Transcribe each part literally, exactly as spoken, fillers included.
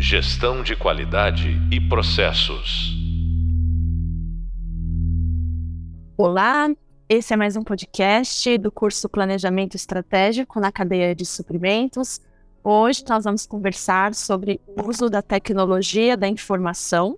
Gestão de qualidade e processos. Olá, esse é mais um podcast do curso Planejamento Estratégico na Cadeia de Suprimentos. Hoje nós vamos conversar sobre o uso da tecnologia da informação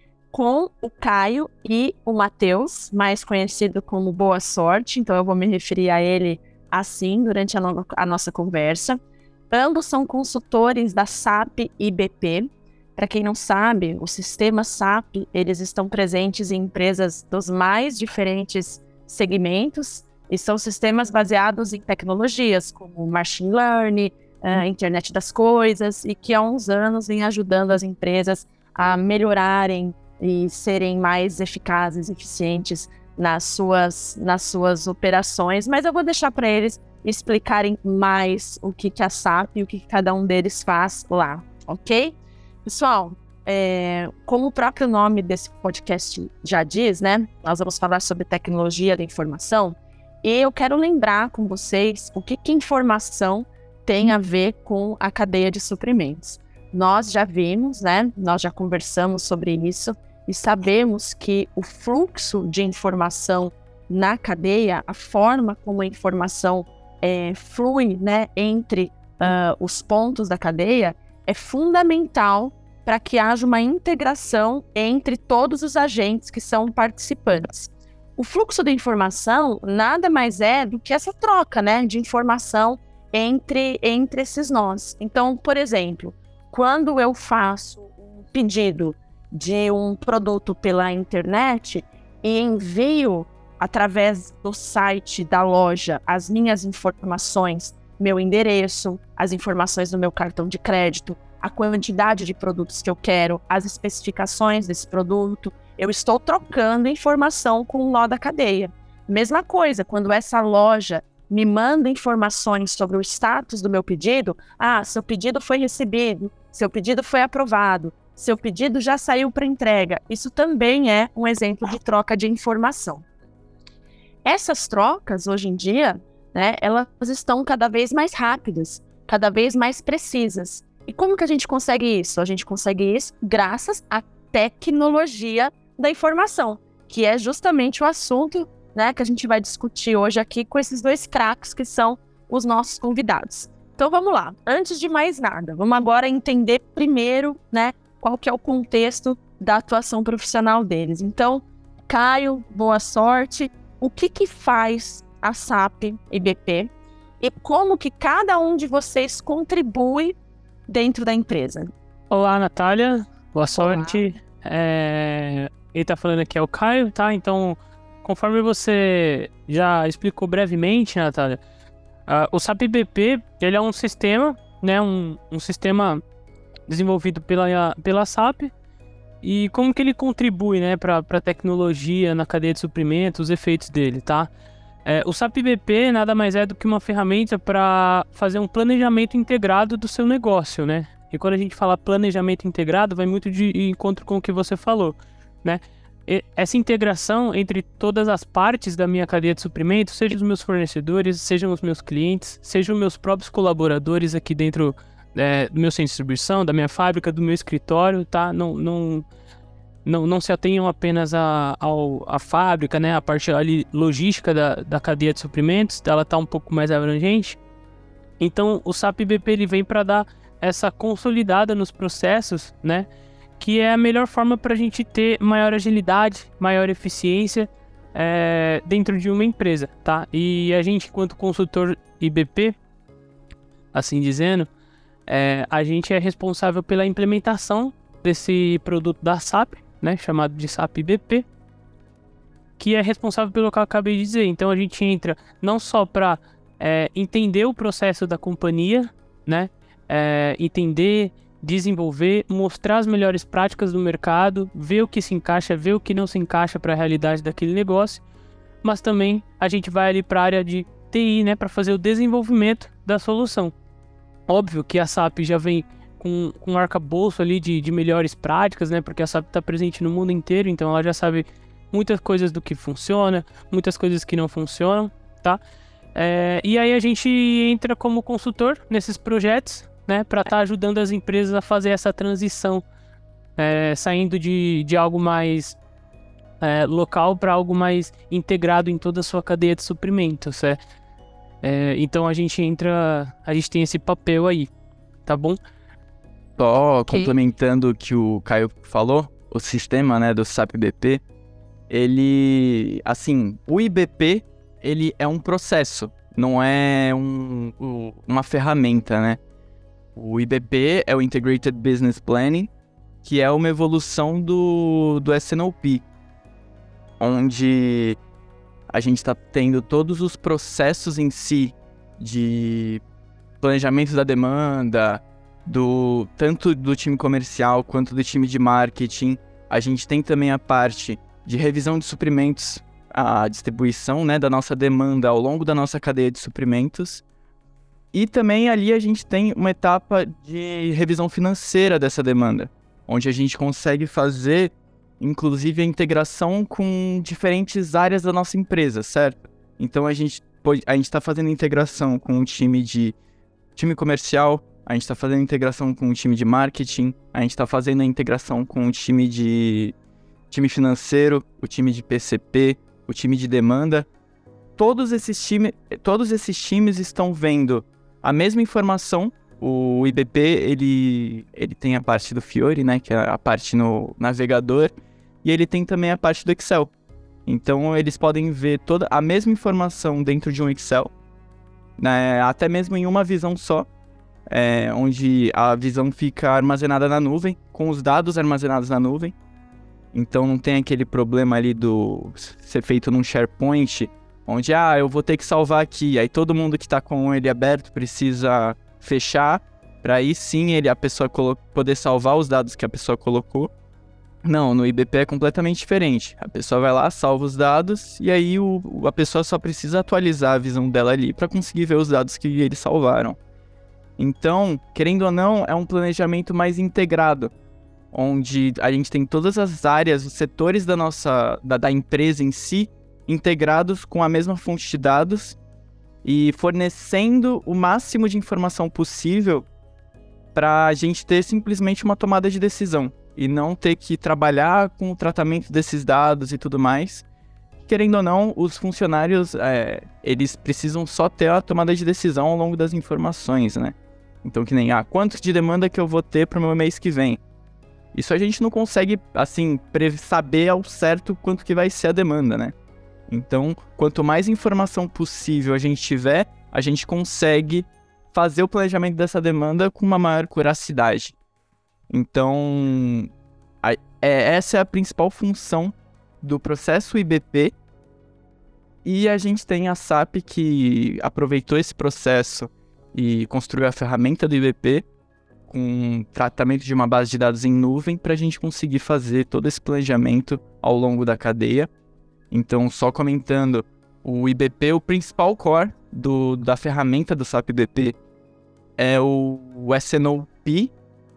com o Caio e o Matheus, mais conhecido como Boa Sorte, então eu vou me referir a ele assim durante a, no- a nossa conversa. Ambos são consultores da S A P e B P. Para quem não sabe, o sistema S A P, eles estão presentes em empresas dos mais diferentes segmentos e são sistemas baseados em tecnologias como Machine Learning, a Internet das Coisas, e que há uns anos vem ajudando as empresas a melhorarem e serem mais eficazes e eficientes nas suas, nas suas operações. Mas eu vou deixar para eles explicarem mais o que, que a S A P e o que, que cada um deles faz lá, ok? Pessoal, é, como o próprio nome desse podcast já diz, né? Nós vamos falar sobre tecnologia da informação e eu quero lembrar com vocês o que, que informação tem a ver com a cadeia de suprimentos. Nós já vimos, né? Nós já conversamos sobre isso e sabemos que o fluxo de informação na cadeia, a forma como a informação é, flui, né, entre uh, os pontos da cadeia, é fundamental para que haja uma integração entre todos os agentes que são participantes. O fluxo de informação nada mais é do que essa troca, né, de informação entre, entre esses nós. Então, por exemplo, quando eu faço um pedido de um produto pela internet e envio através do site da loja as minhas informações, meu endereço, as informações do meu cartão de crédito, a quantidade de produtos que eu quero, as especificações desse produto, eu estou trocando informação com o nó da cadeia. Mesma coisa, quando essa loja me manda informações sobre o status do meu pedido, ah, seu pedido foi recebido, seu pedido foi aprovado, seu pedido já saiu para entrega. Isso também é um exemplo de troca de informação. Essas trocas, hoje em dia, né, elas estão cada vez mais rápidas, cada vez mais precisas. E como que a gente consegue isso? A gente consegue isso graças à tecnologia da informação, que é justamente o assunto, né, que a gente vai discutir hoje aqui com esses dois craques que são os nossos convidados. Então vamos lá, antes de mais nada, vamos agora entender primeiro, né, qual que é o contexto da atuação profissional deles. Então, Caio, Boa Sorte, o que que faz a S A P e B P e como que cada um de vocês contribui dentro da empresa? Olá, Natália. Boa sorte. É... Ele tá falando aqui é o Caio, tá? Então, conforme você já explicou brevemente, Natália, uh, o S A P B P, ele é um sistema, né? Um, um sistema desenvolvido pela, pela S A P. E como que ele contribui, né, para a tecnologia na cadeia de suprimentos, os efeitos dele, tá? É, o S A P B P nada mais é do que uma ferramenta para fazer um planejamento integrado do seu negócio, né? E quando a gente fala planejamento integrado, vai muito de encontro com o que você falou, né? E essa integração entre todas as partes da minha cadeia de suprimentos, sejam os meus fornecedores, sejam os meus clientes, sejam os meus próprios colaboradores aqui dentro É, do meu centro de distribuição, da minha fábrica, do meu escritório, tá? Não, não, não, não se atenham apenas à a, a fábrica, né? A parte ali logística da, da cadeia de suprimentos, ela tá um pouco mais abrangente. Então, o S A P B P ele vem para dar essa consolidada nos processos, né? Que é a melhor forma para a gente ter maior agilidade, maior eficiência é, dentro de uma empresa, tá? E a gente, enquanto consultor I B P, assim dizendo, É, a gente é responsável pela implementação desse produto da S A P, né, chamado de S A P B P, que é responsável pelo que eu acabei de dizer. Então a gente entra não só para é, entender o processo da companhia, né, é, entender, desenvolver, mostrar as melhores práticas do mercado, ver o que se encaixa, ver o que não se encaixa para a realidade daquele negócio, mas também a gente vai ali para a área de T I, né, para fazer o desenvolvimento da solução. Óbvio que a S A P já vem com, com um arcabouço ali de, de melhores práticas, né? Porque a S A P está presente no mundo inteiro, então ela já sabe muitas coisas do que funciona, muitas coisas que não funcionam, tá? É, e aí a gente entra como consultor nesses projetos, né, para estar ajudando as empresas a fazer essa transição, é, saindo de, de algo mais é, local para algo mais integrado em toda a sua cadeia de suprimentos. É. É, então a gente entra, a gente tem esse papel aí, tá bom? Só Ok. complementando o que o Caio falou, o sistema, né, do SAP I B P, ele, assim, o I B P, ele é um processo, não é um, o- uma ferramenta, né? O I B P é o Integrated Business Planning, que é uma evolução do, do S N O P, onde a gente está tendo todos os processos em si de planejamento da demanda, do, tanto do time comercial quanto do time de marketing. A gente tem também a parte de revisão de suprimentos, a distribuição, né, da nossa demanda ao longo da nossa cadeia de suprimentos. E também ali a gente tem uma etapa de revisão financeira dessa demanda, onde a gente consegue fazer, inclusive, a integração com diferentes áreas da nossa empresa, certo? Então a gente pode, a gente está fazendo integração com o time de time comercial, a gente está fazendo integração com o time de marketing, a gente está fazendo a integração com o time de time financeiro, o time de P C P, o time de demanda. Todos esses times, todos esses times estão vendo a mesma informação. O I B P, ele, ele tem a parte do Fiori, né, que é a parte no navegador, e ele tem também a parte do Excel. Então, eles podem ver toda a mesma informação dentro de um Excel, né, até mesmo em uma visão só, é, onde a visão fica armazenada na nuvem, com os dados armazenados na nuvem. Então, não tem aquele problema ali do ser feito num SharePoint, onde, ah, eu vou ter que salvar aqui, aí todo mundo que está com ele aberto precisa fechar, para aí sim ele, a pessoa colo- poder salvar os dados que a pessoa colocou. Não, no I B P é completamente diferente. A pessoa vai lá, salva os dados, e aí o, o- a pessoa só precisa atualizar a visão dela ali para conseguir ver os dados que eles salvaram. Então, querendo ou não, é um planejamento mais integrado, onde a gente tem todas as áreas, os setores da nossa da, da empresa em si, integrados com a mesma fonte de dados e fornecendo o máximo de informação possível para a gente ter simplesmente uma tomada de decisão e não ter que trabalhar com o tratamento desses dados e tudo mais. Querendo ou não, os funcionários, é, eles precisam só ter a tomada de decisão ao longo das informações, né? Então, que nem, ah, quanto de demanda que eu vou ter para o meu mês que vem? Isso a gente não consegue, assim, pre- saber ao certo quanto que vai ser a demanda, né? Então, quanto mais informação possível a gente tiver, a gente consegue fazer o planejamento dessa demanda com uma maior curacidade. Então, a- é, essa é a principal função do processo I B P. E a gente tem a SAP que aproveitou esse processo e construiu a ferramenta do I B P com tratamento de uma base de dados em nuvem para a gente conseguir fazer todo esse planejamento ao longo da cadeia. Então, só comentando, o I B P, o principal core do, da ferramenta do SAP I B P é o, o S N O P,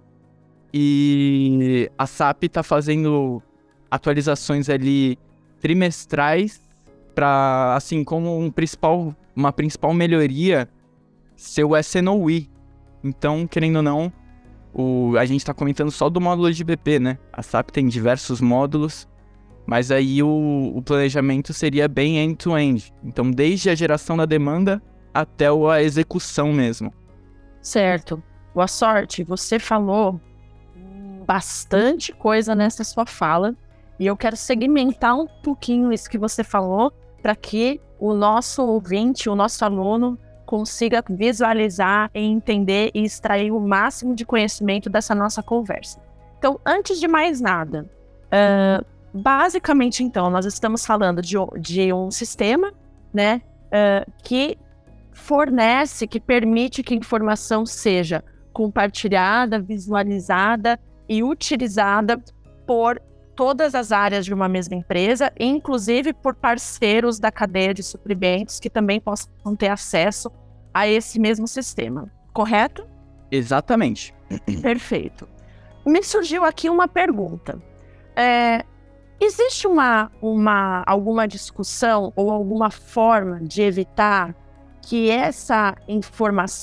e a SAP está fazendo atualizações ali trimestrais para, assim, como um principal, uma principal melhoria ser o S N O I. Então, querendo ou não, o, a gente está comentando só do módulo de I B P, né? A SAP tem diversos módulos, mas aí o, o planejamento seria bem end-to-end. Então, desde a geração da demanda até a execução mesmo. Certo. Boa sorte. Você falou bastante coisa nessa sua fala e eu quero segmentar um pouquinho isso que você falou para que o nosso ouvinte, o nosso aluno, consiga visualizar, entender e extrair o máximo de conhecimento dessa nossa conversa. Então, antes de mais nada, uh, basicamente, então, nós estamos falando de, de um sistema, né, uh, que fornece, que permite que a informação seja compartilhada, visualizada e utilizada por todas as áreas de uma mesma empresa, inclusive por parceiros da cadeia de suprimentos que também possam ter acesso a esse mesmo sistema, correto? Exatamente. Perfeito. Me surgiu aqui uma pergunta. É, existe uma, uma, alguma discussão ou alguma forma de evitar que essa informação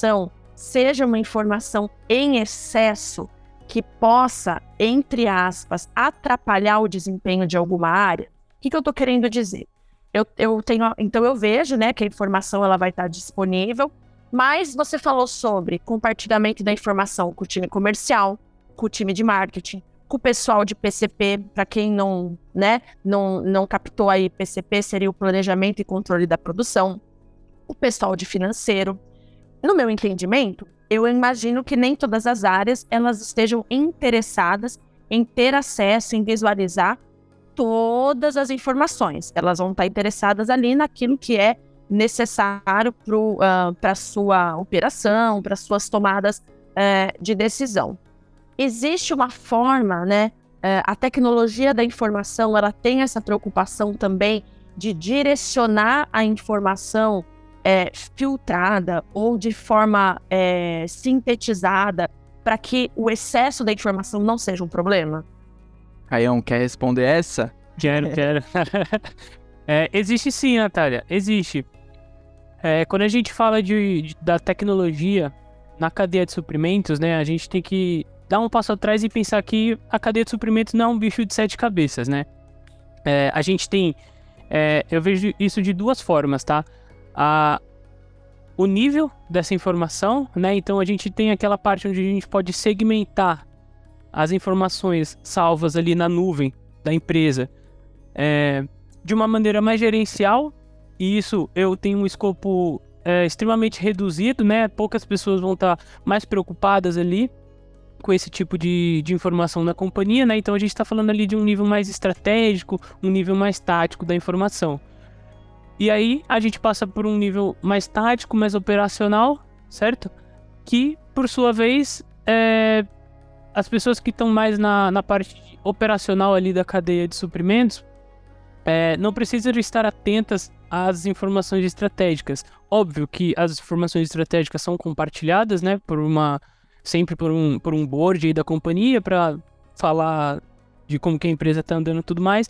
seja uma informação em excesso que possa, entre aspas, atrapalhar o desempenho de alguma área. O que, que eu estou querendo dizer? Eu, eu tenho, então eu vejo, né, que a informação ela vai estar disponível, mas você falou sobre compartilhamento da informação com o time comercial, com o time de marketing, com o pessoal de P C P. Para quem não, né, não, não captou aí, P C P seria o planejamento e controle da produção, o pessoal de financeiro. No meu entendimento, eu imagino que nem todas as áreas elas estejam interessadas em ter acesso, em visualizar todas as informações. Elas vão estar interessadas ali naquilo que é necessário para a uh, sua operação, para suas tomadas uh, de decisão. Existe uma forma, né? Uh, a tecnologia da informação, ela tem essa preocupação também de direcionar a informação é, filtrada ou de forma é, sintetizada para que o excesso da informação não seja um problema? Caião, quer responder essa? Quero, quero. é, existe sim, Natália, existe. É, quando a gente fala de, de, da tecnologia na cadeia de suprimentos, né, a gente tem que dar um passo atrás e pensar que a cadeia de suprimentos não é um bicho de sete cabeças, né? É, a gente tem, é, eu vejo isso de duas formas, tá? A, o nível dessa informação, né? Então a gente tem aquela parte onde a gente pode segmentar as informações salvas ali na nuvem da empresa é, de uma maneira mais gerencial, e isso eu tenho um escopo é, extremamente reduzido, né? Poucas pessoas vão estar mais preocupadas ali com esse tipo de, de informação na companhia, né? Então a gente está falando ali de um nível mais estratégico, um nível mais tático da informação. E aí a gente passa por um nível mais tático, mais operacional, certo? Que, por sua vez, é, as pessoas que estão mais na, na parte operacional ali da cadeia de suprimentos é, não precisam estar atentas às informações estratégicas. Óbvio que as informações estratégicas são compartilhadas, né, por uma, sempre por um, por um board aí da companhia para falar de como que a empresa está andando e tudo mais.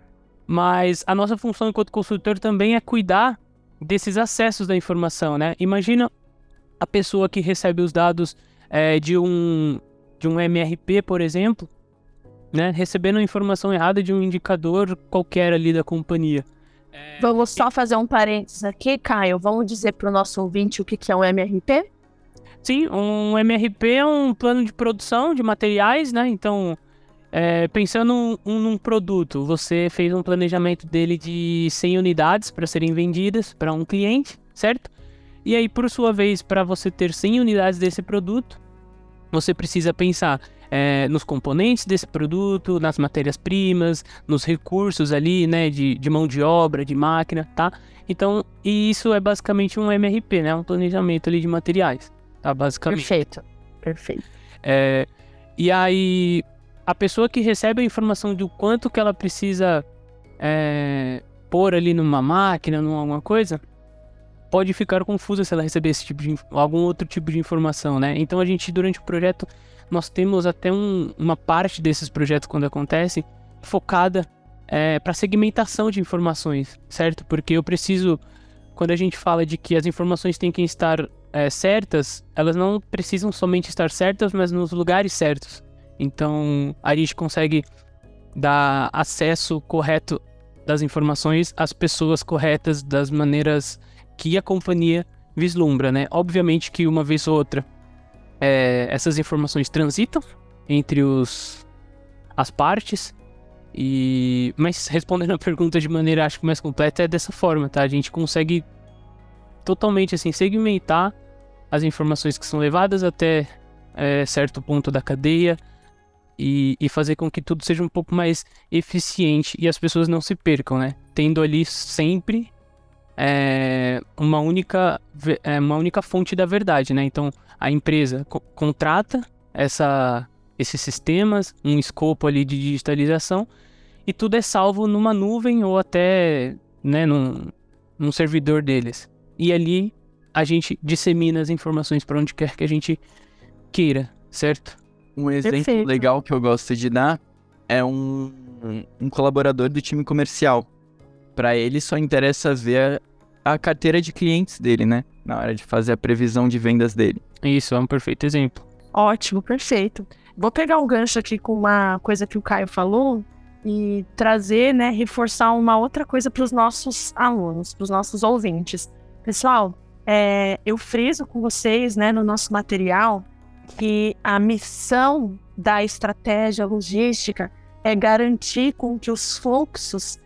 Mas a nossa função enquanto consultor também é cuidar desses acessos da informação, né? Imagina a pessoa que recebe os dados é, de, um, de um M R P, por exemplo, né? Recebendo a informação errada de um indicador qualquer ali da companhia. É... Vamos só fazer um parênteses aqui, Caio. Vamos dizer para o nosso ouvinte o que, que é um M R P? Sim, um M R P é um plano de produção de materiais, né? Então... É, pensando um, num produto, você fez um planejamento dele de cem unidades para serem vendidas para um cliente, certo? E aí, por sua vez, para você ter cem unidades desse produto, você precisa pensar é, nos componentes desse produto, nas matérias-primas, nos recursos ali, né, de, de mão de obra, de máquina, tá? Então, e isso é basicamente um M R P, né? Um planejamento ali de materiais, tá? Basicamente. Perfeito, perfeito. É, e aí... A pessoa que recebe a informação do quanto que ela precisa é, pôr ali numa máquina, numa alguma coisa, pode ficar confusa se ela receber esse tipo de, algum outro tipo de informação, né? Então a gente, durante o projeto, nós temos até um, uma parte desses projetos, quando acontece, focada é, para segmentação de informações, certo? Porque eu preciso, quando a gente fala de que as informações têm que estar é, certas, elas não precisam somente estar certas, mas nos lugares certos. Então, a gente consegue dar acesso correto das informações às pessoas corretas, das maneiras que a companhia vislumbra, né? Obviamente que uma vez ou outra, é, essas informações transitam entre os, as partes, e, mas respondendo a pergunta de maneira, acho que mais completa, é dessa forma, tá? A gente consegue totalmente, assim, segmentar as informações que são levadas até é, certo ponto da cadeia, E, e fazer com que tudo seja um pouco mais eficiente e as pessoas não se percam, né? Tendo ali sempre é, uma, única, é, uma única fonte da verdade, né? Então, a empresa co- contrata essa, esses sistemas, um escopo ali de digitalização, e tudo é salvo numa nuvem ou até, né, num, num servidor deles. E ali a gente dissemina as informações para onde quer que a gente queira, certo? Um exemplo Perfeito. legal que eu gosto de dar é um, um colaborador do time comercial. Para ele só interessa ver a, a carteira de clientes dele, né? Na hora de fazer a previsão de vendas dele. Isso, é um perfeito exemplo. Ótimo, perfeito. Vou pegar um gancho aqui com uma coisa que o Caio falou e trazer, né, reforçar uma outra coisa para os nossos alunos, para os nossos ouvintes. Pessoal, é, eu friso com vocês, né, no nosso material, que a missão da estratégia logística é garantir com que os fluxos,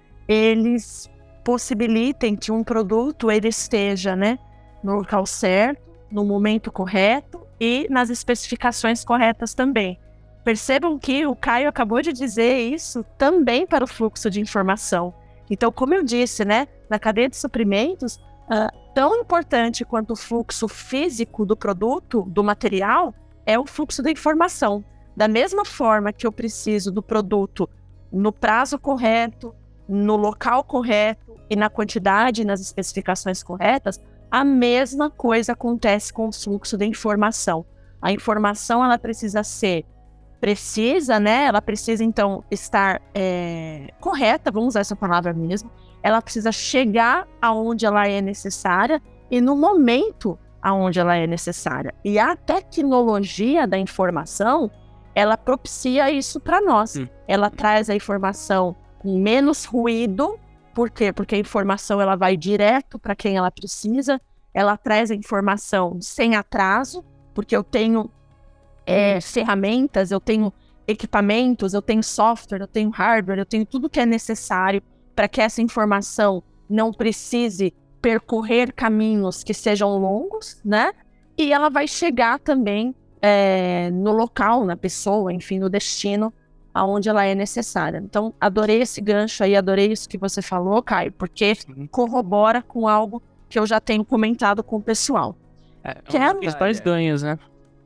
eles possibilitem que um produto ele esteja, né, no local certo, no momento correto e nas especificações corretas também. Percebam que o Caio acabou de dizer isso também para o fluxo de informação. Então, como eu disse, né, na cadeia de suprimentos, uh, tão importante quanto o fluxo físico do produto, do material, é o fluxo da informação. Da mesma forma que eu preciso do produto no prazo correto, no local correto e na quantidade e nas especificações corretas, a mesma coisa acontece com o fluxo da informação. A informação ela precisa ser precisa, né? Ela precisa, então, estar é, correta, vamos usar essa palavra mesmo. Ela precisa chegar aonde ela é necessária e no momento aonde ela é necessária. E a tecnologia da informação, ela propicia isso para nós. Hum. Ela traz a informação com menos ruído. Por quê? Porque a informação ela vai direto para quem ela precisa, ela traz a informação sem atraso, porque eu tenho é, ferramentas, eu tenho equipamentos, eu tenho software, eu tenho hardware, eu tenho tudo que é necessário para que essa informação não precise percorrer caminhos que sejam longos, né? E ela vai chegar também é, no local, na pessoa, enfim, no destino, aonde ela é necessária. Então, adorei esse gancho aí, adorei isso que você falou, Caio, porque corrobora com algo que eu já tenho comentado com o pessoal. É, Quero... um dos principais ganhos, né?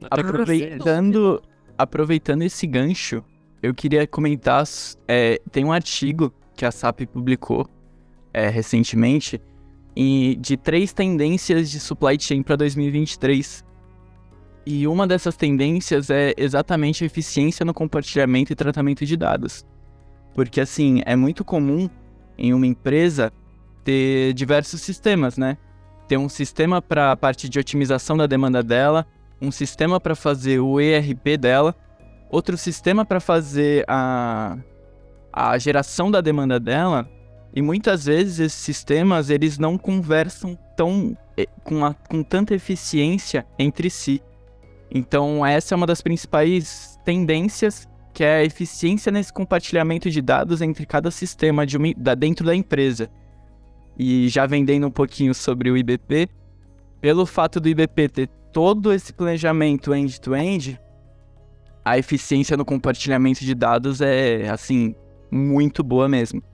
Aproveitando, aproveitando esse gancho, eu queria comentar, é, tem um artigo que a S A P publicou é, recentemente e, de três tendências de supply chain para dois mil e vinte e três. E uma dessas tendências é exatamente a eficiência no compartilhamento e tratamento de dados. Porque, assim, é muito comum em uma empresa ter diversos sistemas, né? Ter um sistema para a parte de otimização da demanda dela, um sistema para fazer o E R P dela, outro sistema para fazer a, a geração da demanda dela, e muitas vezes esses sistemas eles não conversam tão, com, a, com tanta eficiência entre si. Então, essa é uma das principais tendências, que é a eficiência nesse compartilhamento de dados entre cada sistema de uma, da, dentro da empresa. E já vendendo um pouquinho sobre o I B P, pelo fato do I B P ter todo esse planejamento end-to-end, a eficiência no compartilhamento de dados é, assim, muito boa mesmo.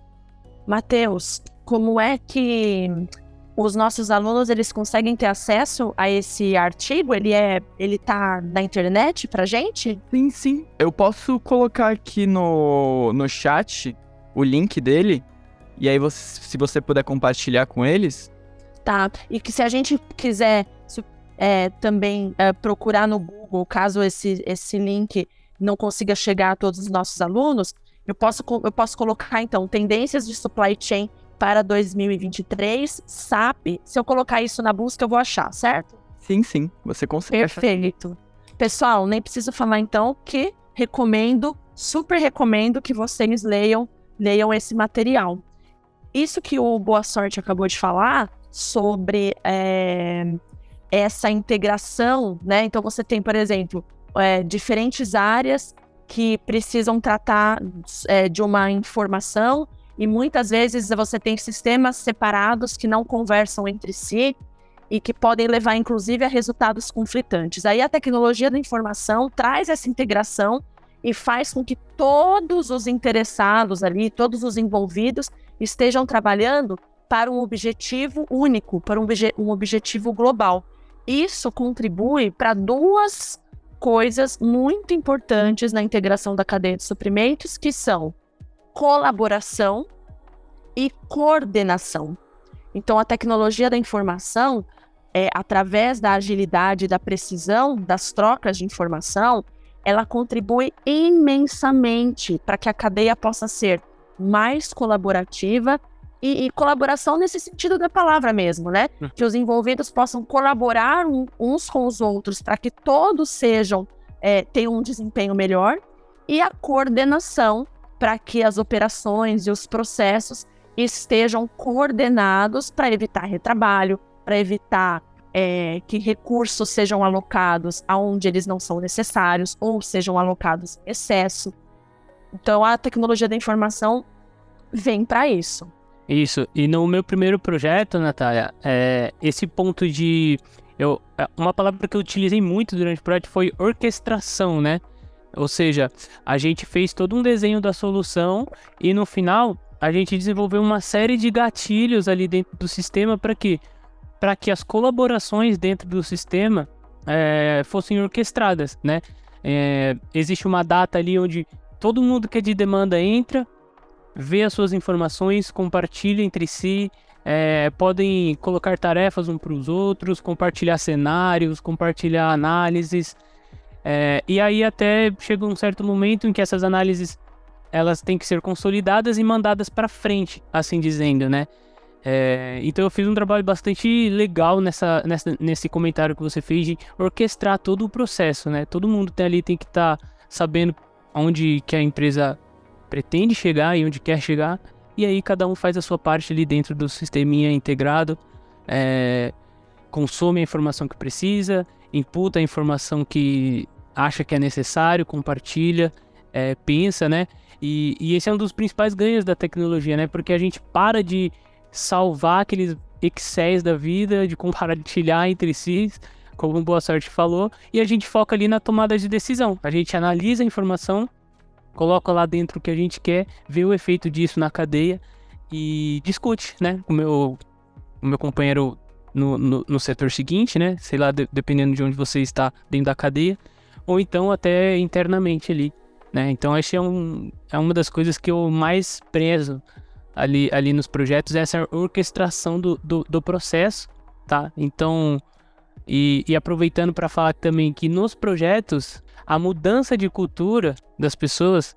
Matheus, como é que os nossos alunos eles conseguem ter acesso a esse artigo? Ele é, ele tá na internet pra gente? Sim, sim. Eu posso colocar aqui no, no chat o link dele, e aí você, se você puder compartilhar com eles. Tá, e que se a gente quiser se, é, também é, procurar no Google, caso esse, esse link não consiga chegar a todos os nossos alunos, eu posso, eu posso colocar então tendências de supply chain para dois mil e vinte e três, S A P. Se eu colocar isso na busca, eu vou achar, certo? Sim, sim, você consegue. Perfeito. Pessoal, nem preciso falar então que recomendo, super recomendo que vocês leiam, leiam esse material. Isso que o Boa Sorte acabou de falar sobre é, essa integração, né? Então você tem, por exemplo, é, diferentes áreas que precisam tratar é, de uma informação, e muitas vezes você tem sistemas separados que não conversam entre si e que podem levar, inclusive, a resultados conflitantes. Aí a tecnologia da informação traz essa integração e faz com que todos os interessados ali, todos os envolvidos, estejam trabalhando para um objetivo único, para um, obje- um objetivo global. Isso contribui para duas coisas muito importantes na integração da cadeia de suprimentos, que são colaboração e coordenação. Então, a tecnologia da informação, é, através da agilidade e da precisão das trocas de informação, ela contribui imensamente para que a cadeia possa ser mais colaborativa e, e colaboração nesse sentido da palavra mesmo, né? Hum. Que os envolvidos possam colaborar um, uns com os outros para que todos sejam, é, tenham um desempenho melhor, e a coordenação para que as operações e os processos estejam coordenados para evitar retrabalho, para evitar é, que recursos sejam alocados aonde eles não são necessários ou sejam alocados em excesso. Então, a tecnologia da informação vem para isso. Isso. E no meu primeiro projeto, Natália, é, esse ponto de... Eu, uma palavra que eu utilizei muito durante o projeto foi orquestração, né? Ou seja, a gente fez todo um desenho da solução e no final a gente desenvolveu uma série de gatilhos ali dentro do sistema para quê? Para que as colaborações dentro do sistema é, fossem orquestradas, né? É, existe uma data ali onde todo mundo que é de demanda entra, vê as suas informações, compartilha entre si, é, podem colocar tarefas uns para os outros, compartilhar cenários, compartilhar análises, é, e aí até chega um certo momento em que essas análises elas têm que ser consolidadas e mandadas para frente, assim dizendo, né? É, então eu fiz um trabalho bastante legal nessa, nessa, nesse comentário que você fez de orquestrar todo o processo, né? Todo mundo tem ali tem que estar tá sabendo onde que a empresa pretende chegar e onde quer chegar, e aí cada um faz a sua parte ali dentro do sisteminha integrado, é, consome a informação que precisa, imputa a informação que acha que é necessário, compartilha, é, pensa, né? E, e esse é um dos principais ganhos da tecnologia, né? Porque a gente para de salvar aqueles excels da vida, de compartilhar entre si, como o Boa Sorte falou, e a gente foca ali na tomada de decisão. A gente analisa a informação, coloca lá dentro o que a gente quer, vê o efeito disso na cadeia e discute, né? O meu, o meu companheiro no, no, no setor seguinte, né? Sei lá, de, dependendo de onde você está dentro da cadeia, ou então até internamente ali, né? Então, esse é, um, é uma das coisas que eu mais prezo ali, ali nos projetos, é essa orquestração do, do, do processo, tá? Então, e, e aproveitando para falar também que nos projetos, a mudança de cultura das pessoas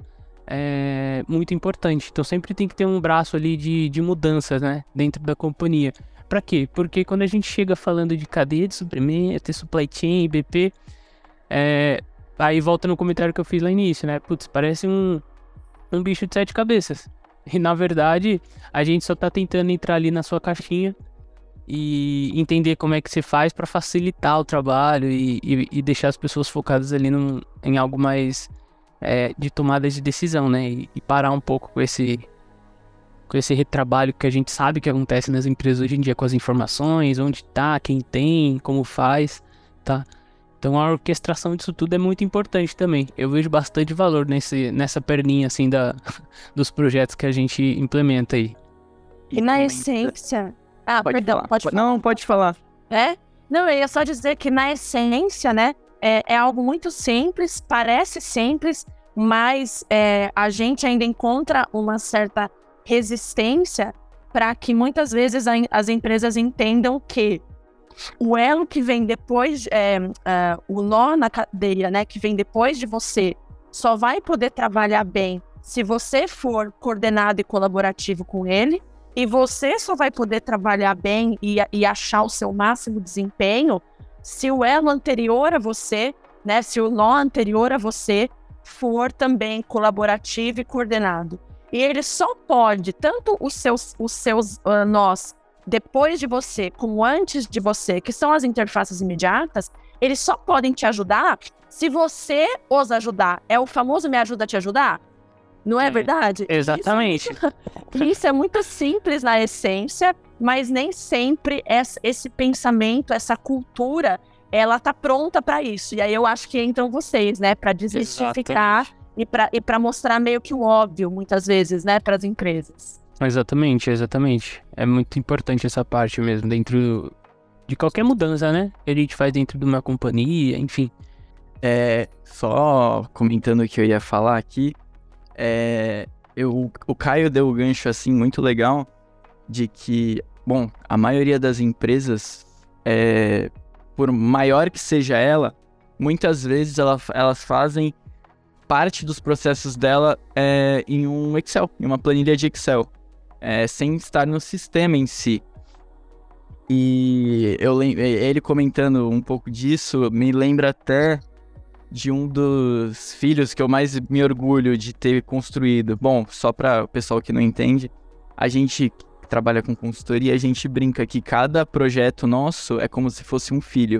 é muito importante. Então, sempre tem que ter um braço ali de, de mudanças, né? Dentro da companhia. Para quê? Porque quando a gente chega falando de cadeia de suprimento, supply chain, B P, é, aí volta no comentário que eu fiz lá no início, né? Putz, parece um, um bicho de sete cabeças. E na verdade, a gente só tá tentando entrar ali na sua caixinha e entender como é que você faz para facilitar o trabalho e, e, e deixar as pessoas focadas ali num, em algo mais é, de tomada de decisão, né? E, e parar um pouco com esse, com esse retrabalho que a gente sabe que acontece nas empresas hoje em dia com as informações, onde tá, quem tem, como faz, tá? Então a orquestração disso tudo é muito importante também. Eu vejo bastante valor nesse, nessa perninha assim da, dos projetos que a gente implementa aí. E na essência... Ah, Pode perdão, falar. pode falar. Não, pode falar. É? Não, eu ia só dizer que na essência, né, é, é algo muito simples, parece simples, mas é, a gente ainda encontra uma certa resistência para que muitas vezes a, as empresas entendam que o elo que vem depois, é, é, o nó na cadeia, né, que vem depois de você, só vai poder trabalhar bem se você for coordenado e colaborativo com ele, e você só vai poder trabalhar bem e, e achar o seu máximo desempenho se o elo anterior a você, né, se o nó anterior a você for também colaborativo e coordenado. E ele só pode, tanto os seus, os seus uh, nós depois de você, como antes de você, que são as interfaces imediatas, eles só podem te ajudar se você os ajudar. É o famoso me ajuda a te ajudar? Não é, é verdade? Exatamente. Isso, isso é muito simples na essência, mas nem sempre esse, esse pensamento, essa cultura, ela tá pronta para isso. E aí eu acho que entram vocês, né, para desmistificar Exatamente. e para e para mostrar meio que o óbvio, muitas vezes, né, para as empresas. Exatamente, exatamente. É muito importante essa parte mesmo, dentro de qualquer mudança, né? Que a gente faz dentro de uma companhia, enfim. É, só comentando o que eu ia falar aqui, é, eu, o Caio deu o gancho, assim, muito legal, de que, bom, a maioria das empresas, é, por maior que seja ela, muitas vezes ela, elas fazem parte dos processos dela é, em um Excel, em uma planilha de Excel. é, sem estar no sistema em si. E eu, ele comentando um pouco disso me lembra até de um dos filhos que eu mais me orgulho de ter construído. Bom, só para o pessoal que não entende, a gente que trabalha com consultoria, a gente brinca que cada projeto nosso é como se fosse um filho.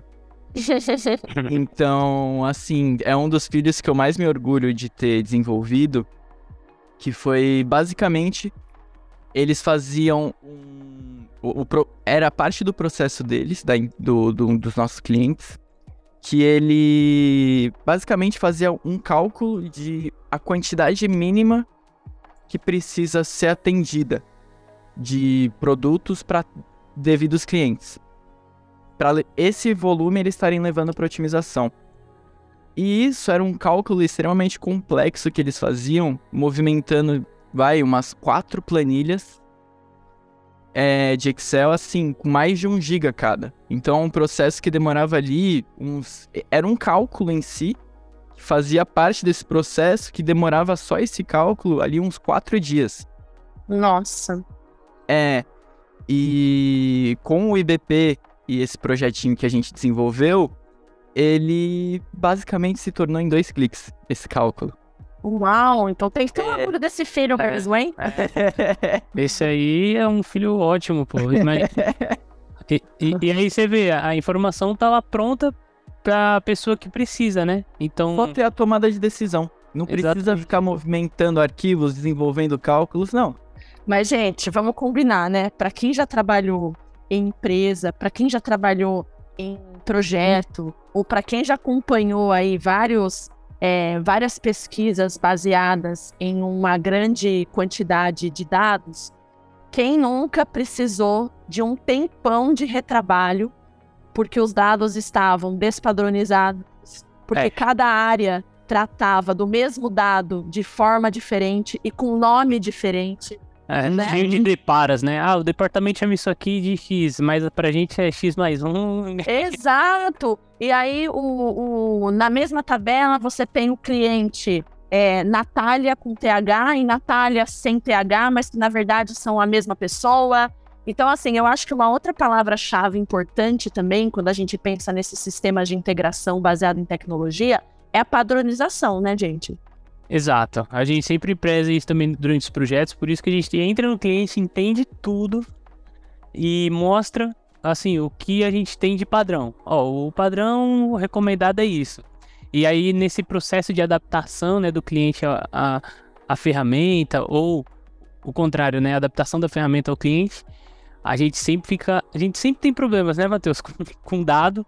Então, assim, é um dos filhos que eu mais me orgulho de ter desenvolvido, que foi basicamente, eles faziam um... O, o, era parte do processo deles, da, do, do, dos nossos clientes, que ele basicamente fazia um cálculo de a quantidade mínima que precisa ser atendida de produtos para devidos clientes. Para esse volume eles estarem levando para otimização. E isso era um cálculo extremamente complexo que eles faziam, movimentando, vai, umas quatro planilhas é, de Excel, assim, com mais de um giga cada. Então, é um processo que demorava ali uns... Era um cálculo em si, que fazia parte desse processo, que demorava só esse cálculo ali uns quatro dias. Nossa. É, e com o I B P e esse projetinho que a gente desenvolveu, ele basicamente se tornou em dois cliques, esse cálculo. Uau, então tem que ter orgulho desse filho mesmo, hein? Esse aí é um filho ótimo, pô. Mas... E, e, e aí você vê, a informação tá lá pronta pra pessoa que precisa, né? Então... Só ter a tomada de decisão. Não precisa Exatamente. ficar movimentando arquivos, desenvolvendo cálculos, não. Mas, gente, vamos combinar, né? Pra quem já trabalhou em empresa, pra quem já trabalhou em projeto, ou pra quem já acompanhou aí vários... É, várias pesquisas baseadas em uma grande quantidade de dados, quem nunca precisou de um tempão de retrabalho porque os dados estavam despadronizados, porque É. cada área tratava do mesmo dado de forma diferente e com nome diferente. É, Né? cheio de deparas, né? Ah, o departamento chama isso aqui de X, mas pra gente é X mais um. Exato! E aí, o, o, na mesma tabela, você tem o cliente é, Natália com T H e Natália sem T H, mas que na verdade são a mesma pessoa. Então, assim, eu acho que uma outra palavra-chave importante também, quando a gente pensa nesses sistemas de integração baseado em tecnologia, é a padronização, né, gente? Exato. A gente sempre preza isso também durante os projetos, por isso que a gente entra no cliente, entende tudo e mostra, assim, o que a gente tem de padrão. Ó, o padrão recomendado é isso. E aí, nesse processo de adaptação, né, do cliente à, à, à ferramenta, ou o contrário, né, a adaptação da ferramenta ao cliente, a gente sempre fica... A gente sempre tem problemas, né, Matheus, com, com dado.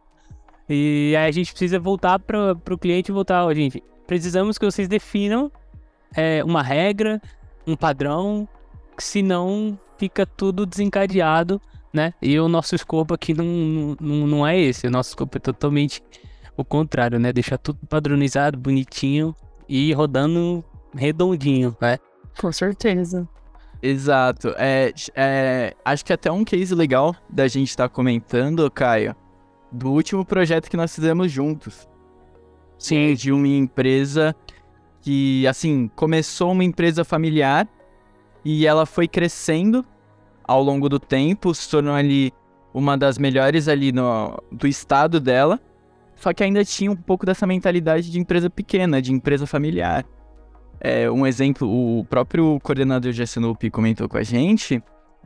E aí a gente precisa voltar para o cliente e voltar, ó, gente... Precisamos que vocês definam é, uma regra, um padrão, senão fica tudo desencadeado, né? E o nosso escopo aqui não, não, não é esse, o nosso escopo é totalmente o contrário, né? Deixar tudo padronizado, bonitinho e rodando redondinho, né? Com certeza. Exato. É, é, acho que até um case legal da gente estar comentando, Caio, do último projeto que nós fizemos juntos. Sim, de uma empresa que, assim, começou uma empresa familiar e ela foi crescendo ao longo do tempo, se tornou ali uma das melhores ali no, do estado dela, só que ainda tinha um pouco dessa mentalidade de empresa pequena, de empresa familiar. É, um exemplo, o próprio coordenador de S N O P comentou com a gente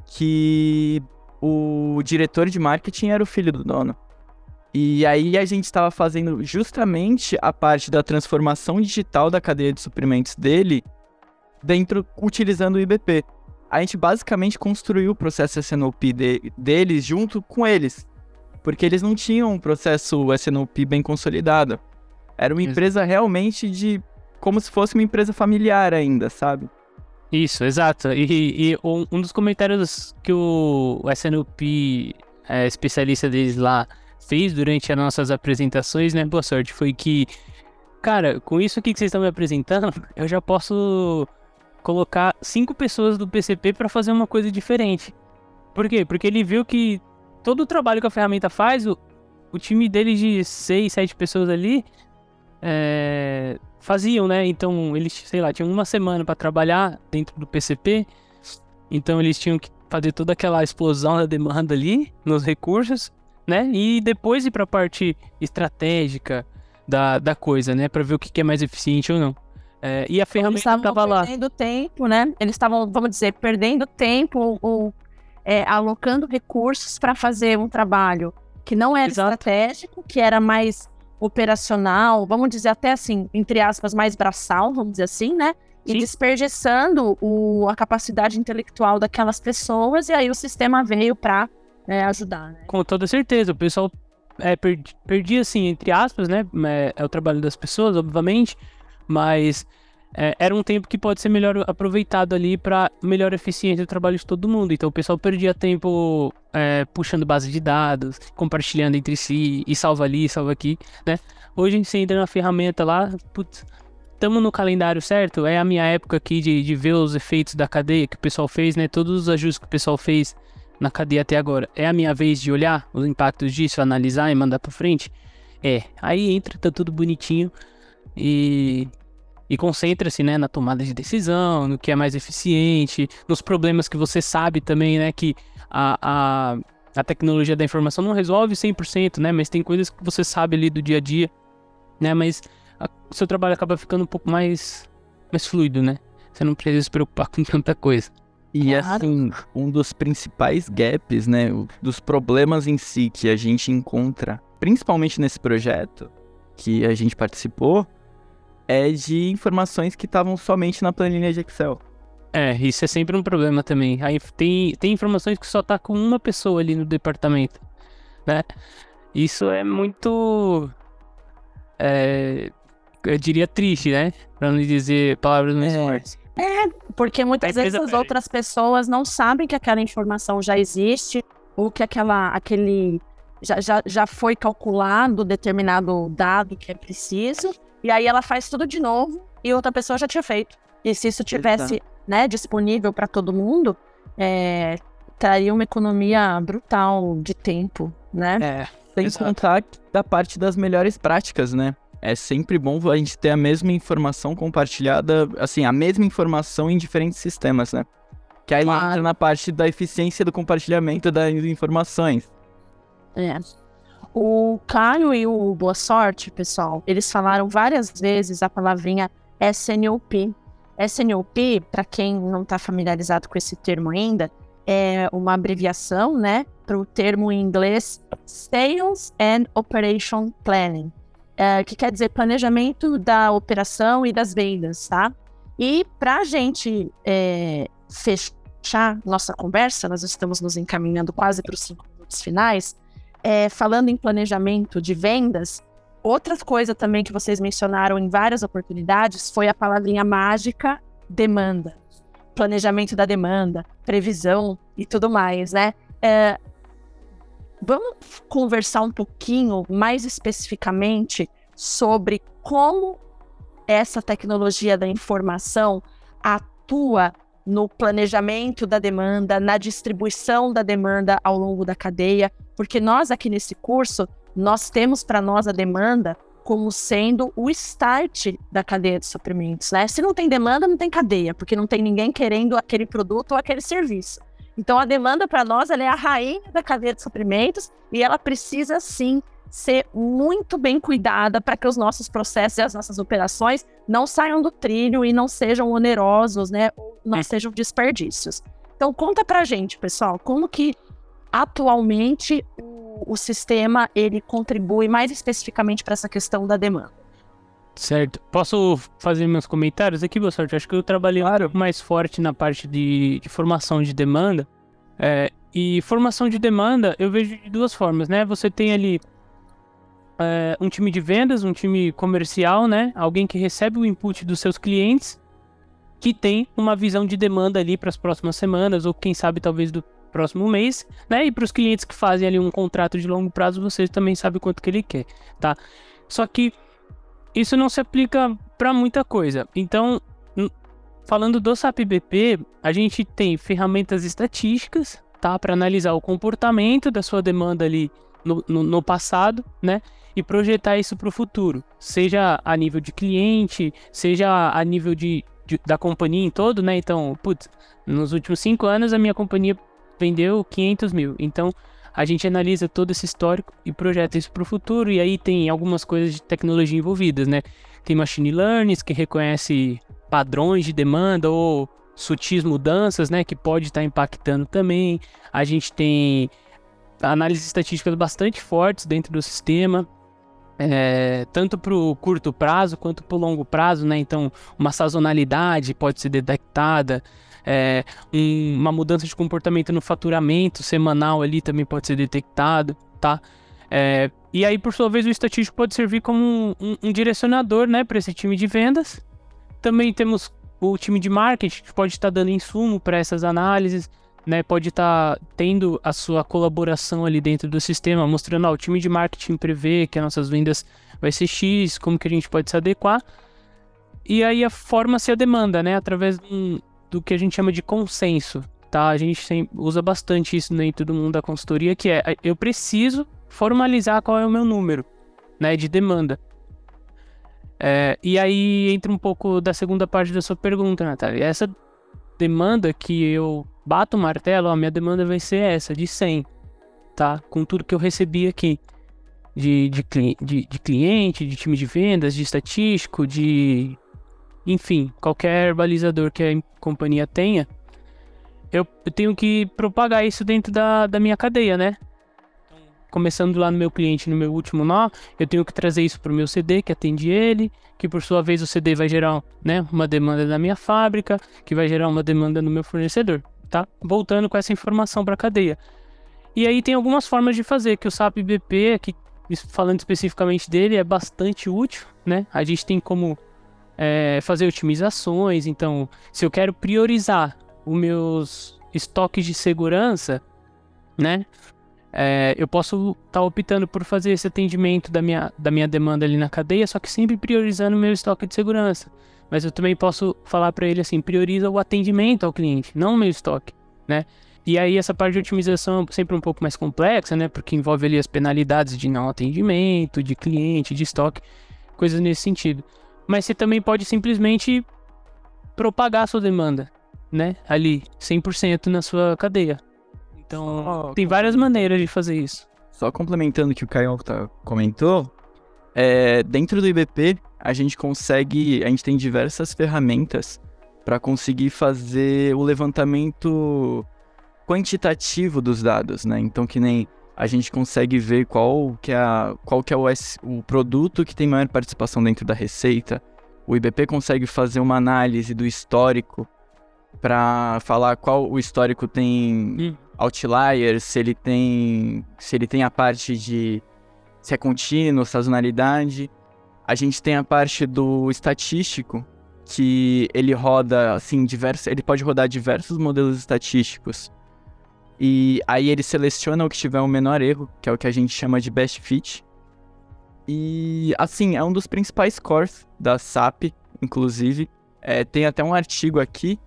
que o diretor de marketing era o filho do dono. E aí a gente estava fazendo justamente a parte da transformação digital da cadeia de suprimentos dele, dentro, utilizando o I B P. A gente basicamente construiu o processo S N O P de, deles junto com eles, porque eles não tinham um processo S N O P bem consolidado. Era uma empresa realmente de... como se fosse uma empresa familiar ainda, sabe? Isso, exato. E, e um, um dos comentários que o, o S N O P, é, especialista deles lá, fez durante as nossas apresentações, né, boa sorte, foi que, cara, com isso aqui que vocês estão me apresentando, eu já posso colocar cinco pessoas do P C P para fazer uma coisa diferente. Por quê? Porque ele viu que todo o trabalho que a ferramenta faz, o, o time dele de seis, sete pessoas ali, é, faziam, né, então eles, sei lá, tinham uma semana para trabalhar dentro do P C P, Então eles tinham que fazer toda aquela explosão da demanda ali nos recursos, né? E depois ir para a parte estratégica da, da coisa, né? Para ver o que, que é mais eficiente ou não. É, e a ferramenta estava lá. Perdendo tempo, né? Eles estavam, vamos dizer, perdendo tempo ou é, alocando recursos para fazer um trabalho que não era Exato. estratégico, que era mais operacional, vamos dizer até assim, entre aspas, mais braçal, vamos dizer assim, né? E Sim. desperdiçando o, a capacidade intelectual daquelas pessoas, e aí o sistema veio para é, ajudar, né? Com toda certeza, o pessoal é, perdi, perdia, assim, entre aspas, né? É, é o trabalho das pessoas, obviamente, mas é, era um tempo que pode ser melhor aproveitado ali para melhor eficiência do trabalho de todo mundo. Então o pessoal perdia tempo é, puxando base de dados, compartilhando entre si, e salva ali, salva aqui, né? Hoje você entra na ferramenta lá, putz, estamos no calendário certo, é a minha época aqui de, de ver os efeitos da cadeia que o pessoal fez, né? Todos os ajustes que o pessoal fez na cadeia até agora. É a minha vez de olhar os impactos disso, analisar e mandar para frente? É, aí entra, tá tudo bonitinho e... E concentra-se, né, na tomada de decisão, no que é mais eficiente, nos problemas que você sabe também, né, que a, a, a tecnologia da informação não resolve cem por cento, né, mas tem coisas que você sabe ali do dia a dia, né, mas a, o seu trabalho acaba ficando um pouco mais, mais fluido, né, você não precisa se preocupar com tanta coisa. E assim, um dos principais gaps, né, dos problemas em si que a gente encontra, principalmente nesse projeto que a gente participou, é de informações que estavam somente na planilha de Excel. É, isso é sempre um problema também. Aí tem, tem informações que só tá com uma pessoa ali no departamento, né? Isso é muito... É, eu diria triste, né? Pra não dizer palavras mais fortes. É, porque muitas vezes as outras pessoas não sabem que aquela informação já existe, ou que aquela, aquele... Já, já, já foi calculado determinado dado que é preciso, e aí ela faz tudo de novo e outra pessoa já tinha feito. E se isso tivesse, né, disponível para todo mundo, é, traria uma economia brutal de tempo, né? É, sem contar da parte das melhores práticas, né? É sempre bom a gente ter a mesma informação compartilhada, assim, a mesma informação em diferentes sistemas, né? Que aí claro. entra na parte da eficiência do compartilhamento das informações. É. O Caio e o Boa Sorte, pessoal, eles falaram várias vezes a palavrinha S N O P. S N O P, para quem não está familiarizado com esse termo ainda, é uma abreviação, né, para o termo em inglês Sales and Operation Planning, é, que quer dizer planejamento da operação e das vendas, tá? E para a gente é, fechar nossa conversa, nós estamos nos encaminhando quase para os cinco minutos finais. É, falando em planejamento de vendas, outra coisa também que vocês mencionaram em várias oportunidades foi a palavrinha mágica demanda. Planejamento da demanda, previsão e tudo mais, né? É, vamos conversar um pouquinho mais especificamente sobre como essa tecnologia da informação atua no planejamento da demanda, na distribuição da demanda ao longo da cadeia, porque nós aqui nesse curso, nós temos para nós a demanda como sendo o start da cadeia de suprimentos, né? Se não tem demanda, não tem cadeia, porque não tem ninguém querendo aquele produto ou aquele serviço. Então a demanda para nós, ela é a rainha da cadeia de suprimentos e ela precisa sim ser muito bem cuidada para que os nossos processos e as nossas operações não saiam do trilho e não sejam onerosos, né? Ou não sejam desperdícios. Então conta pra gente, pessoal, como que atualmente o, o sistema ele contribui mais especificamente para essa questão da demanda. Certo. Posso fazer meus comentários aqui, boa sorte? Acho que eu trabalhei claro. um pouco mais forte na parte de, de formação de demanda. É, e formação de demanda eu vejo de duas formas, né? Você tem ali é, um time de vendas, um time comercial, né? Alguém que recebe o input dos seus clientes, que tem uma visão de demanda ali para as próximas semanas, ou quem sabe talvez do próximo mês, né? E para os clientes que fazem ali um contrato de longo prazo, você também sabe quanto que ele quer, tá? Só que isso não se aplica para muita coisa. Então, falando do S A P B P, a gente tem ferramentas estatísticas, tá? Para analisar o comportamento da sua demanda ali no, no, no passado, né? E projetar isso para o futuro, seja a nível de cliente, seja a nível de de, da companhia em todo, né? Então, putz, nos últimos cinco anos a minha companhia vendeu quinhentos mil. Então, a gente analisa todo esse histórico e projeta isso para o futuro. E aí tem algumas coisas de tecnologia envolvidas, né? Tem machine learning, que reconhece padrões de demanda ou sutis mudanças, né? Que pode estar impactando também. A gente tem análises estatísticas bastante fortes dentro do sistema. É, tanto para o curto prazo quanto para o longo prazo, né? Então, uma sazonalidade pode ser detectada, é, um, uma mudança de comportamento no faturamento semanal ali também pode ser detectado, tá? É, e aí, por sua vez, o estatístico pode servir como um, um, um direcionador, né, para esse time de vendas. Também temos o time de marketing, que pode estar dando insumo para essas análises, né, pode estar tendo a sua colaboração ali dentro do sistema, mostrando, ó, o time de marketing prevê que as nossas vendas vai ser X, como que a gente pode se adequar. E aí a forma-se a demanda, né, através do, do que a gente chama de consenso, tá? A gente sempre usa bastante isso dentro do mundo da consultoria, que é, eu preciso formalizar qual é o meu número, né, de demanda. É, e aí entra um pouco da segunda parte da sua pergunta, Natália. Essa demanda que eu bato o martelo, ó, minha demanda vai ser essa, de cem, tá? Com tudo que eu recebi aqui, de, de, de, de cliente, de time de vendas, de estatístico, de... enfim, qualquer balizador que a companhia tenha, eu, eu tenho que propagar isso dentro da, da minha cadeia, né? Começando lá no meu cliente, no meu último nó, eu tenho que trazer isso para o meu C D, que atende ele, que por sua vez o C D vai gerar, né, uma demanda na minha fábrica, que vai gerar uma demanda no meu fornecedor, tá? Voltando com essa informação para a cadeia. E aí tem algumas formas de fazer, que o S A P B P, aqui, falando especificamente dele, é bastante útil, né? A gente tem como é, fazer otimizações, então, se eu quero priorizar os meus estoques de segurança, né? É, eu posso estar tá optando por fazer esse atendimento da minha, da minha demanda ali na cadeia, só que sempre priorizando o meu estoque de segurança. Mas eu também posso falar para ele assim, prioriza o atendimento ao cliente, não o meu estoque, né? E aí essa parte de otimização é sempre um pouco mais complexa, né? Porque envolve ali as penalidades de não atendimento, de cliente, de estoque, coisas nesse sentido. Mas você também pode simplesmente propagar a sua demanda, né? Ali, cem por cento na sua cadeia. Então, oh, tem várias maneiras de fazer isso. Só complementando o que o Caio tá, comentou, é, dentro do I B P, a gente consegue, a gente tem diversas ferramentas para conseguir fazer o levantamento quantitativo dos dados, né? Então, que nem a gente consegue ver qual que é, a, qual que é o, o produto que tem maior participação dentro da receita. O I B P consegue fazer uma análise do histórico para falar qual o histórico tem... Hum. outliers, se ele tem se ele tem a parte de se é contínuo, sazonalidade. A gente tem a parte do estatístico, que ele roda assim diversos, ele pode rodar diversos modelos estatísticos. E aí ele seleciona o que tiver o menor erro, que é o que a gente chama de best fit. E assim, é um dos principais cores da S A P, inclusive. É, tem até um artigo aqui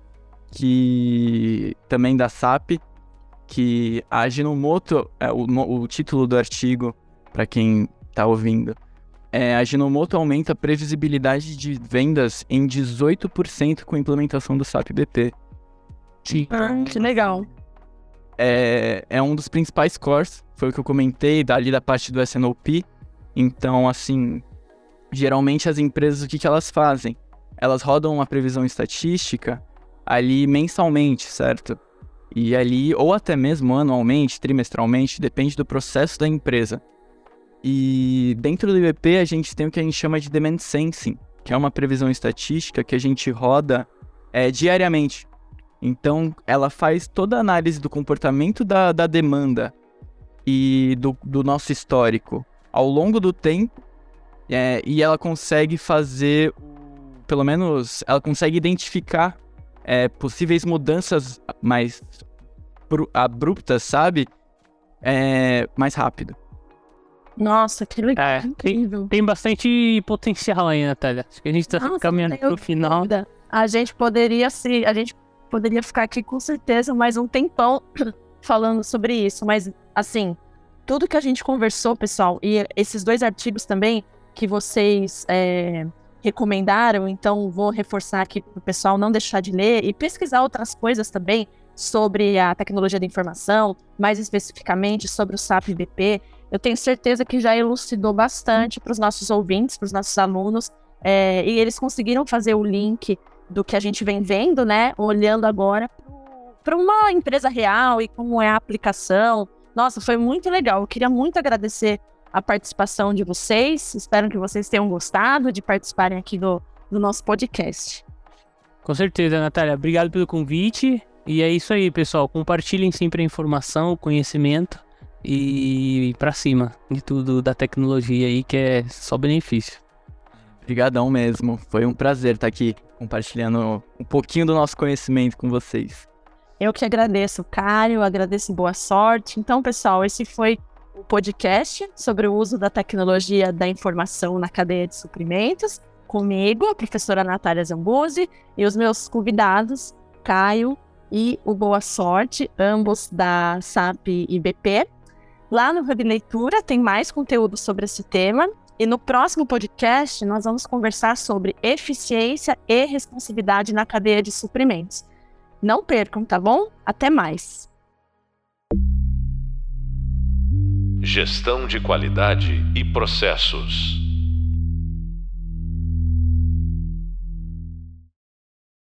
que também da S A P, que a Ajinomoto, é, o, o título do artigo, para quem está ouvindo, é a Ajinomoto aumenta a previsibilidade de vendas em dezoito por cento com a implementação do S A P B P. Sim. Ah, que legal. É, é um dos principais cores, foi o que eu comentei, dali da parte do S N O P. Então, assim, geralmente as empresas, o que, que elas fazem? Elas rodam uma previsão estatística ali mensalmente, certo? E ali, ou até mesmo anualmente, trimestralmente, depende do processo da empresa. E dentro do I B P a gente tem o que a gente chama de Demand Sensing, que é uma previsão estatística que a gente roda é, diariamente. Então, ela faz toda a análise do comportamento da, da demanda e do, do nosso histórico ao longo do tempo, é, e ela consegue fazer, pelo menos, ela consegue identificar É, possíveis mudanças mais abruptas, sabe? É, mais rápido. Nossa, que legal. É, tem, tem bastante potencial aí, Natália. Acho que a gente tá Nossa, caminhando pro final. A gente poderia se, a gente poderia ficar aqui com certeza mais um tempão falando sobre isso, mas assim, tudo que a gente conversou, pessoal, e esses dois artigos também que vocês é, recomendaram, então vou reforçar aqui para o pessoal não deixar de ler e pesquisar outras coisas também sobre a tecnologia da informação, mais especificamente sobre o S A P I B P. Eu tenho certeza que já elucidou bastante para os nossos ouvintes, para os nossos alunos, é, e eles conseguiram fazer o link do que a gente vem vendo, né, olhando agora para uma empresa real e como é a aplicação. Nossa, foi muito legal. Eu queria muito agradecer a participação de vocês. Espero que vocês tenham gostado de participarem aqui do, do nosso podcast. Com certeza, Natália. Obrigado pelo convite. E é isso aí, pessoal. Compartilhem sempre a informação, o conhecimento e pra cima de tudo da tecnologia aí, que é só benefício. Obrigadão mesmo. Foi um prazer estar aqui compartilhando um pouquinho do nosso conhecimento com vocês. Eu que agradeço, Caio. Agradeço, boa sorte. Então, pessoal, esse foi o podcast sobre o uso da tecnologia da informação na cadeia de suprimentos, comigo, a professora Natália Zambuzi, e os meus convidados, Caio e o Boa Sorte, ambos da S A P I B P. Lá no Hub Leitura tem mais conteúdo sobre esse tema, e no próximo podcast nós vamos conversar sobre eficiência e responsividade na cadeia de suprimentos. Não percam, tá bom? Até mais! Gestão de qualidade e processos.